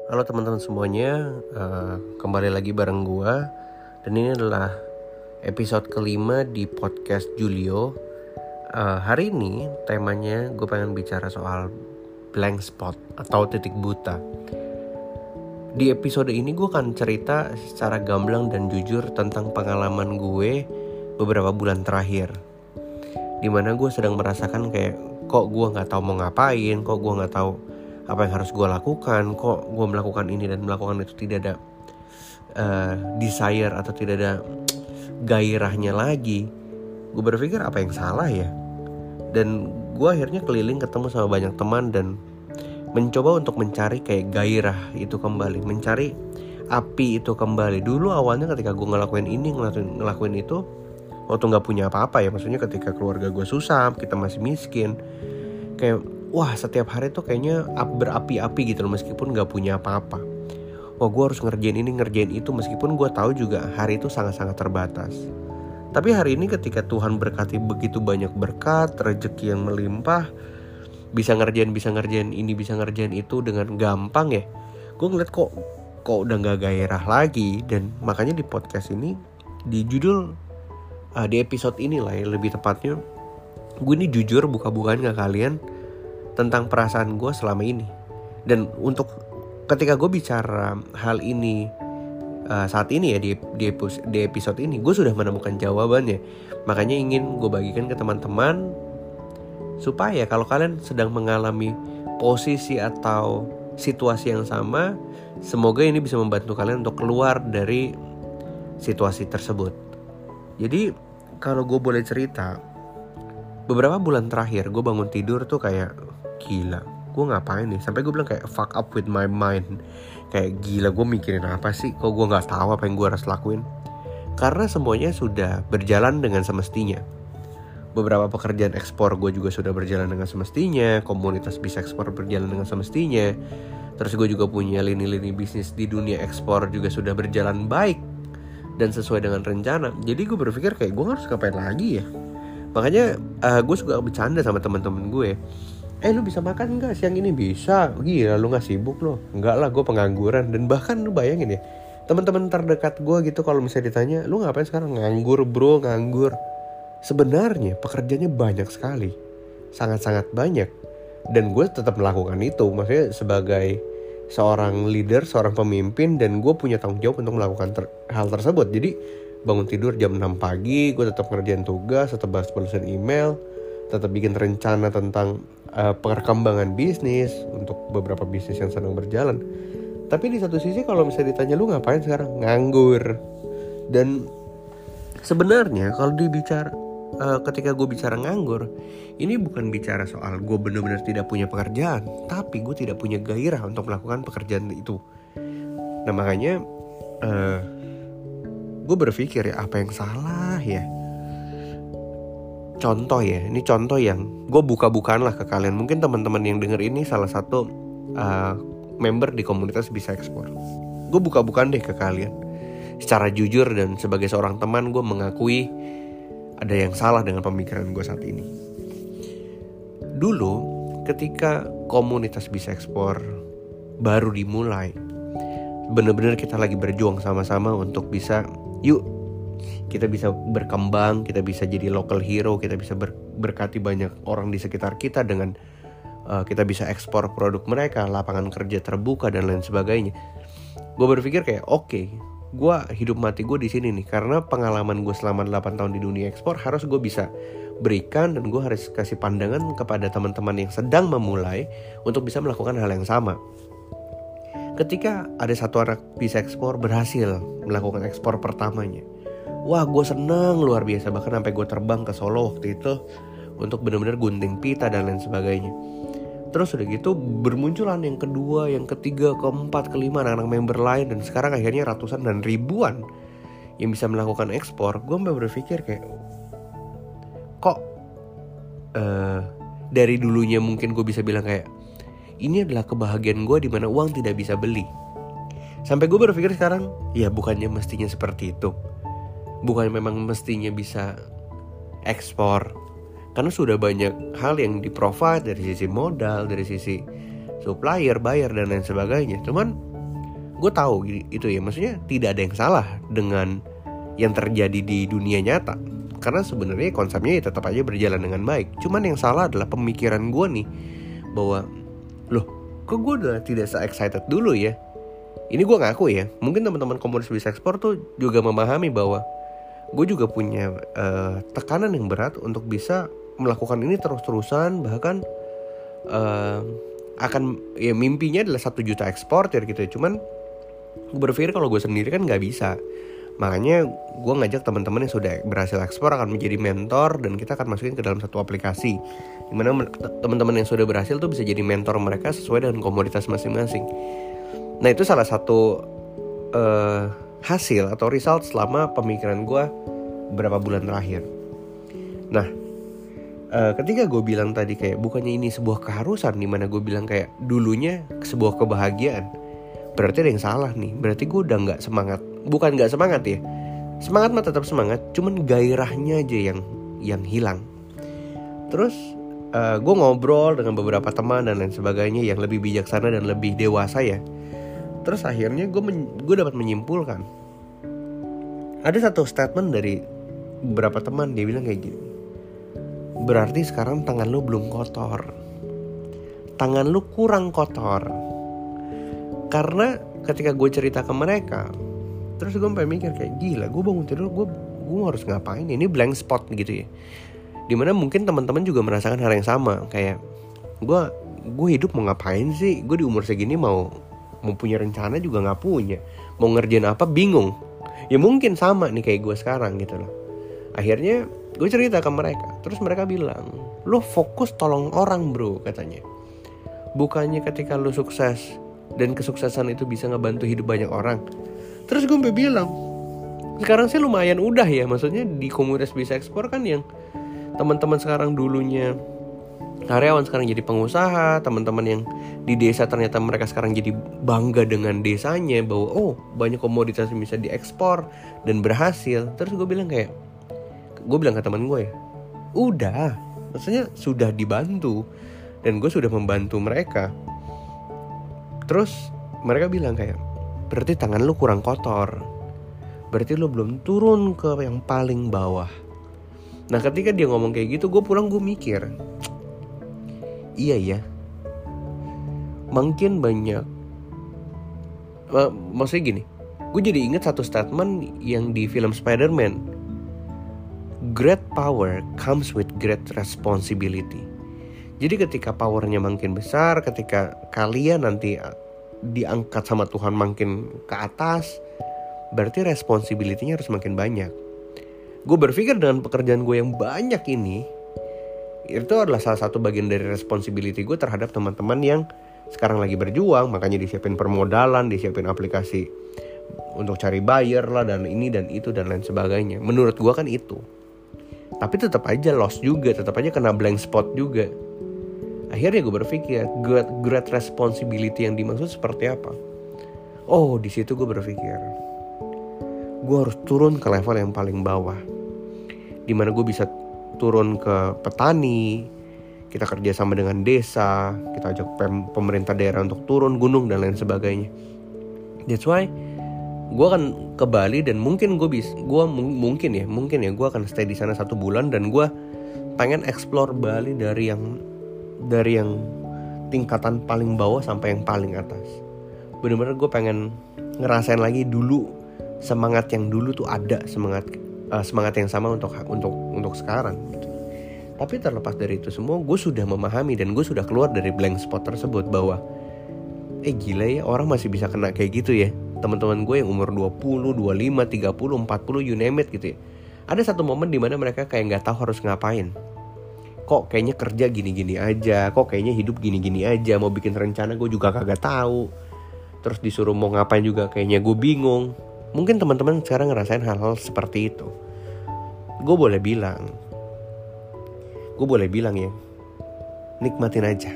Halo teman-teman semuanya, kembali lagi bareng gua. Dan ini adalah episode kelima di podcast Julio. Hari ini temanya gue pengen bicara soal blank spot atau titik buta. Di episode ini gue akan cerita secara gamblang dan jujur tentang pengalaman gue beberapa bulan terakhir, dimana gue sedang merasakan kayak kok gue gak tahu mau ngapain, kok gue gak tahu apa yang harus gue lakukan, kok gue melakukan ini dan melakukan itu tidak ada desire atau tidak ada gairahnya lagi. Gue berpikir apa yang salah ya. Dan gue akhirnya keliling ketemu sama banyak teman dan mencoba untuk mencari kayak gairah itu kembali, mencari api itu kembali. Dulu awalnya ketika gue ngelakuin ini, ngelakuin itu, waktu gak punya apa-apa ya, maksudnya ketika keluarga gue susah, kita masih miskin, kayak wah setiap hari tuh kayaknya berapi-api gitu loh, meskipun gak punya apa-apa. Wah gue harus ngerjain ini, ngerjain itu, meskipun gue tahu juga hari itu sangat-sangat terbatas. Tapi hari ini ketika Tuhan berkati begitu banyak berkat, rezeki yang melimpah, bisa ngerjain ini, bisa ngerjain itu dengan gampang ya, gue ngeliat kok udah gak gairah lagi. Dan makanya di podcast ini, di judul di episode ini lah ya, lebih tepatnya gue ini jujur buka-bukaan ke kalian tentang perasaan gue selama ini. Dan untuk ketika gue bicara hal ini saat ini ya, di episode ini gue sudah menemukan jawabannya. Makanya ingin gue bagikan ke teman-teman, supaya kalau kalian sedang mengalami posisi atau situasi yang sama, semoga ini bisa membantu kalian untuk keluar dari situasi tersebut. Jadi kalau gue boleh cerita, beberapa bulan terakhir gue bangun tidur tuh kayak gila, gue ngapain nih? Sampai gue bilang kayak fuck up with my mind. Kayak gila, gue mikirin apa sih? Kok gue gak tahu apa yang gue harus lakuin? Karena semuanya sudah berjalan dengan semestinya. Beberapa pekerjaan ekspor gue juga sudah berjalan dengan semestinya. Komunitas bisa ekspor berjalan dengan semestinya. Terus gue juga punya lini-lini bisnis di dunia ekspor juga sudah berjalan baik dan sesuai dengan rencana. Jadi gue berpikir kayak gue harus ngapain lagi ya? Makanya gue suka bercanda sama teman-teman gue. Lu bisa makan gak siang ini? Bisa. Gila lu gak sibuk lo? Enggak lah, gue pengangguran. Dan bahkan lu bayangin ya, teman-teman terdekat gue gitu, kalau misalnya ditanya lu ngapain sekarang? Nganggur bro, nganggur. Sebenarnya pekerjaannya banyak sekali, sangat-sangat banyak. Dan gue tetap melakukan itu. Maksudnya sebagai seorang leader, seorang pemimpin, dan gue punya tanggung jawab untuk melakukan hal tersebut. Jadi bangun tidur jam 6 pagi, gue tetap ngerjain tugas, tetap balas-balasin email, tetap bikin rencana tentang perkembangan bisnis untuk beberapa bisnis yang sedang berjalan. Tapi di satu sisi kalau misalnya ditanya lu ngapain sekarang? Nganggur. Dan sebenarnya kalau dibicara ketika gue bicara nganggur, ini bukan bicara soal gue benar-benar tidak punya pekerjaan, tapi gue tidak punya gairah untuk melakukan pekerjaan itu. Nah makanya gue berpikir ya, apa yang salah ya? Contoh ya, ini contoh yang gue buka-bukaan lah ke kalian. Mungkin teman-teman yang denger ini salah satu member di komunitas bisa ekspor. Gue buka-bukaan deh ke kalian secara jujur, dan sebagai seorang teman gue mengakui ada yang salah dengan pemikiran gue saat ini. Dulu ketika komunitas bisa ekspor baru dimulai, bener-bener kita lagi berjuang sama-sama untuk bisa, yuk kita bisa berkembang, kita bisa jadi local hero, kita bisa berkati banyak orang di sekitar kita dengan kita bisa ekspor produk mereka, lapangan kerja terbuka dan lain sebagainya. Gue berpikir kayak oke, gue hidup mati gue di sini nih, karena pengalaman gue selama 8 tahun di dunia ekspor harus gue bisa berikan, dan gue harus kasih pandangan kepada teman-teman yang sedang memulai untuk bisa melakukan hal yang sama. Ketika ada satu anak bisa ekspor berhasil melakukan ekspor pertamanya, wah gue seneng luar biasa. Bahkan sampai gue terbang ke Solo waktu itu untuk benar-benar gunting pita dan lain sebagainya. Terus udah gitu bermunculan yang kedua, yang ketiga, keempat, kelima anak-anak member lain, dan sekarang akhirnya ratusan dan ribuan yang bisa melakukan ekspor. Gue berpikir kayak kok dari dulunya mungkin gue bisa bilang kayak ini adalah kebahagiaan gue dimana uang tidak bisa beli. Sampai gue berpikir sekarang, ya bukannya mestinya seperti itu. Bukan memang mestinya bisa ekspor, karena sudah banyak hal yang di-provide dari sisi modal, dari sisi supplier, bayar dan lain sebagainya. Cuman gue tahu itu ya, maksudnya tidak ada yang salah dengan yang terjadi di dunia nyata, karena sebenarnya konsepnya ya tetap aja berjalan dengan baik. Cuman yang salah adalah pemikiran gue nih, bahwa loh kok gue udah tidak se-excited dulu ya. Ini gue ngaku ya, mungkin teman-teman komunitas bisa ekspor tuh juga memahami bahwa gue juga punya tekanan yang berat untuk bisa melakukan ini terus-terusan. Bahkan akan ya mimpinya adalah 1 juta eksportir gitu ya. Cuman gue berpikir kalau gue sendiri kan gak bisa. Makanya gue ngajak teman-teman yang sudah berhasil ekspor akan menjadi mentor, dan kita akan masukin ke dalam satu aplikasi dimana teman-teman yang sudah berhasil tuh bisa jadi mentor mereka sesuai dengan komoditas masing-masing. Nah itu salah satu hasil atau result selama pemikiran gue beberapa bulan terakhir. Nah ketika gue bilang tadi kayak bukannya ini sebuah keharusan, dimana gue bilang kayak dulunya sebuah kebahagiaan, berarti ada yang salah nih. Berarti gue udah gak semangat. Bukan gak semangat ya, semangat mah tetap semangat, cuman gairahnya aja yang hilang. Terus gue ngobrol dengan beberapa teman dan lain sebagainya yang lebih bijaksana dan lebih dewasa ya. Terus akhirnya gue dapat menyimpulkan, ada satu statement dari beberapa teman, dia bilang kayak gini, berarti sekarang tangan lu belum kotor, tangan lu kurang kotor. Karena ketika gue cerita ke mereka, terus gue sampai mikir kayak gila, gue bangun tidur gue harus ngapain, ini blank spot gitu ya. Dimana mungkin teman-teman juga merasakan hal yang sama, kayak gue hidup mau ngapain sih, gue di umur segini mau punya rencana juga gak punya, mau ngerjain apa bingung. Ya mungkin sama nih kayak gue sekarang gitu loh. Akhirnya gue cerita ke mereka, terus mereka bilang, lo fokus tolong orang bro, katanya. Bukannya ketika lo sukses dan kesuksesan itu bisa ngebantu hidup banyak orang. Terus gue sampai bilang, sekarang sih lumayan udah ya, maksudnya di komunitas bisa ekspor kan yang teman-teman sekarang dulunya karyawan sekarang jadi pengusaha, teman-teman yang di desa ternyata mereka sekarang jadi bangga dengan desanya, bahwa oh banyak komoditas yang bisa diekspor dan berhasil. Terus gue bilang ke teman gue ya, udah, maksudnya sudah dibantu dan gue sudah membantu mereka. Terus mereka bilang kayak, berarti tangan lu kurang kotor, berarti lu belum turun ke yang paling bawah. Nah ketika dia ngomong kayak gitu, gue pulang gue mikir, iya ya, makin banyak. Maksudnya gini, gue jadi ingat satu statement yang di film Spider-Man, great power comes with great responsibility. Jadi ketika powernya makin besar, ketika kalian nanti diangkat sama Tuhan makin ke atas, berarti responsibility-nya harus makin banyak. Gue berpikir dengan pekerjaan gue yang banyak ini, itu adalah salah satu bagian dari responsibility gue terhadap teman-teman yang sekarang lagi berjuang. Makanya disiapin permodalan, disiapin aplikasi untuk cari buyer lah, dan ini dan itu dan lain sebagainya. Menurut gue kan itu. Tapi tetap aja lost juga, tetap aja kena blank spot juga. Akhirnya gue berpikir, great responsibility yang dimaksud seperti apa? Oh, di situ gue berpikir, gue harus turun ke level yang paling bawah, dimana gue bisa turun ke petani, kita kerja sama dengan desa, kita ajak pemerintah daerah untuk turun gunung dan lain sebagainya. That's why gue akan ke Bali, dan mungkin gue akan stay di sana 1 bulan, dan gue pengen explore Bali dari yang tingkatan paling bawah sampai yang paling atas. Bener-bener gue pengen ngerasain lagi dulu semangat yang dulu tuh ada, semangat yang sama untuk sekarang gitu. Tapi terlepas dari itu semua, gue sudah memahami dan gue sudah keluar dari blank spot tersebut, bahwa gila ya, orang masih bisa kena kayak gitu ya. Teman-teman gue yang umur 20, 25, 30, 40, you name it gitu ya. Ada satu momen dimana mereka kayak gak tahu harus ngapain. Kok kayaknya kerja gini-gini aja, kok kayaknya hidup gini-gini aja, mau bikin rencana gue juga kagak tahu. Terus disuruh mau ngapain juga kayaknya gue bingung. Mungkin teman-teman sekarang ngerasain hal-hal seperti itu. Gue boleh bilang ya, nikmatin aja,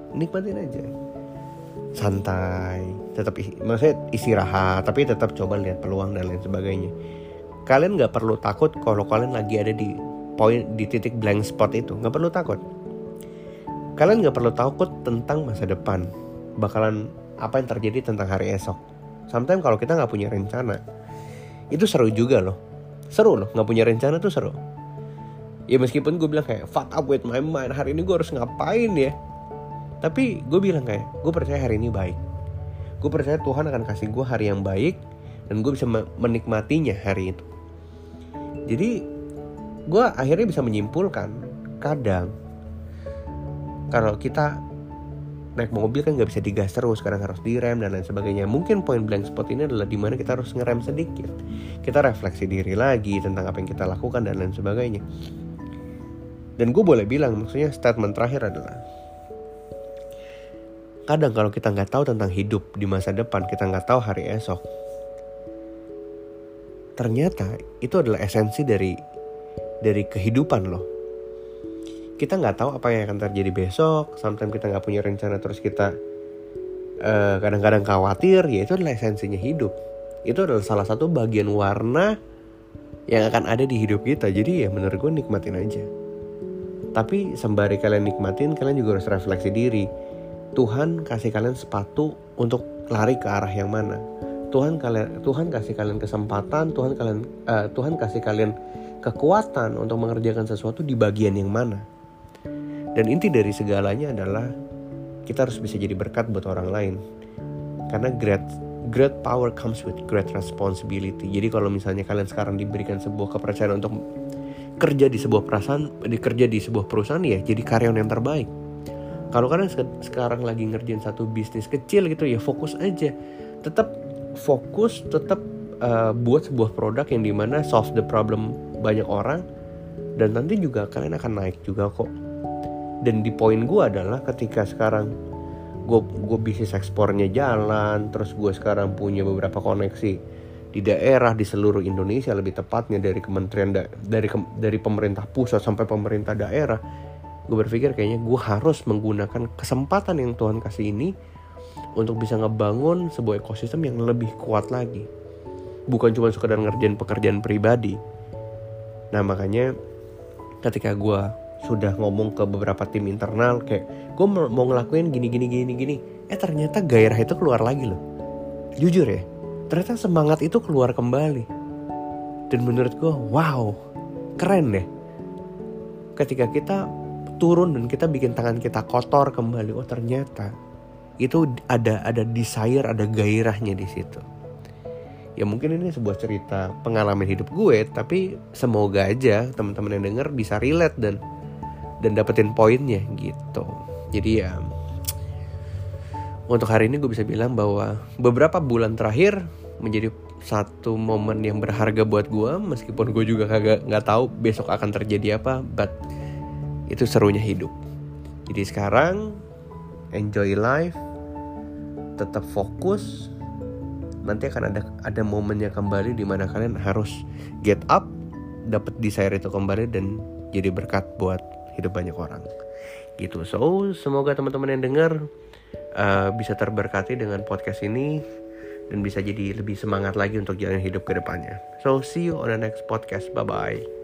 santai, tetap maksudnya istirahat, tapi tetap coba lihat peluang dan lain sebagainya. Kalian nggak perlu takut kalau kalian lagi ada di titik blank spot itu, nggak perlu takut. Kalian nggak perlu takut tentang masa depan, bakalan apa yang terjadi tentang hari esok. Sometimes kalau kita gak punya rencana, itu seru juga loh. Seru loh, gak punya rencana tuh seru. Ya meskipun gue bilang kayak fuck up with my mind, hari ini gue harus ngapain ya. Tapi gue bilang kayak, gue percaya hari ini baik. Gue percaya Tuhan akan kasih gue hari yang baik, dan gue bisa menikmatinya hari itu. Jadi gue akhirnya bisa menyimpulkan, kadang kalau kita naik mobil kan gak bisa digas terus, kadang harus direm dan lain sebagainya. Mungkin point blank spot ini adalah dimana kita harus ngerem sedikit. Kita refleksi diri lagi tentang apa yang kita lakukan dan lain sebagainya. Dan gue boleh bilang, maksudnya statement terakhir adalah, kadang kalau kita gak tahu tentang hidup di masa depan, kita gak tahu hari esok, ternyata itu adalah esensi dari kehidupan loh. Kita nggak tahu apa yang akan terjadi besok. Sometimes kita nggak punya rencana, terus kita kadang-kadang khawatir. Ya itu adalah esensinya hidup. Itu adalah salah satu bagian warna yang akan ada di hidup kita. Jadi ya menurut gue nikmatin aja. Tapi sembari kalian nikmatin, kalian juga harus refleksi diri. Tuhan kasih kalian sepatu untuk lari ke arah yang mana? Tuhan kasih kalian kesempatan, Tuhan kasih kalian kekuatan untuk mengerjakan sesuatu di bagian yang mana. Dan inti dari segalanya adalah kita harus bisa jadi berkat buat orang lain. Karena great power comes with great responsibility. Jadi kalau misalnya kalian sekarang diberikan sebuah kepercayaan untuk kerja di sebuah perusahaan, ya jadi karyawan yang terbaik. Kalau kalian sekarang lagi ngerjain satu bisnis kecil gitu, ya fokus aja. Tetap fokus, tetap buat sebuah produk yang dimana solve the problem banyak orang, dan nanti juga kalian akan naik juga kok. Dan di poin gue adalah ketika sekarang gue bisnis ekspornya jalan, terus gue sekarang punya beberapa koneksi di daerah di seluruh Indonesia, lebih tepatnya dari kementerian dari pemerintah pusat sampai pemerintah daerah. Gue berpikir kayaknya gue harus menggunakan kesempatan yang Tuhan kasih ini untuk bisa ngebangun sebuah ekosistem yang lebih kuat lagi. Bukan cuma sekedar ngerjain pekerjaan pribadi. Nah makanya ketika gue sudah ngomong ke beberapa tim internal kayak gue mau ngelakuin gini, ternyata gairah itu keluar lagi loh. Jujur ya, ternyata semangat itu keluar kembali. Dan menurut gue wow, keren deh. Ketika kita turun dan kita bikin tangan kita kotor kembali, oh ternyata itu ada desire, ada gairahnya di situ. Ya mungkin ini sebuah cerita pengalaman hidup gue, tapi semoga aja teman-teman yang denger bisa relate dan dapetin poinnya gitu. Jadi ya untuk hari ini gue bisa bilang bahwa beberapa bulan terakhir menjadi satu momen yang berharga buat gue, meskipun gue juga nggak tahu besok akan terjadi apa, but itu serunya hidup. Jadi sekarang enjoy life, tetap fokus. Nanti akan ada momennya kembali di mana kalian harus get up, dapat desire itu kembali dan jadi berkat buat hidup banyak orang gitu. So semoga teman-teman yang dengar bisa terberkati dengan podcast ini dan bisa jadi lebih semangat lagi untuk jalan hidup ke depannya. So see you on the next podcast. Bye bye.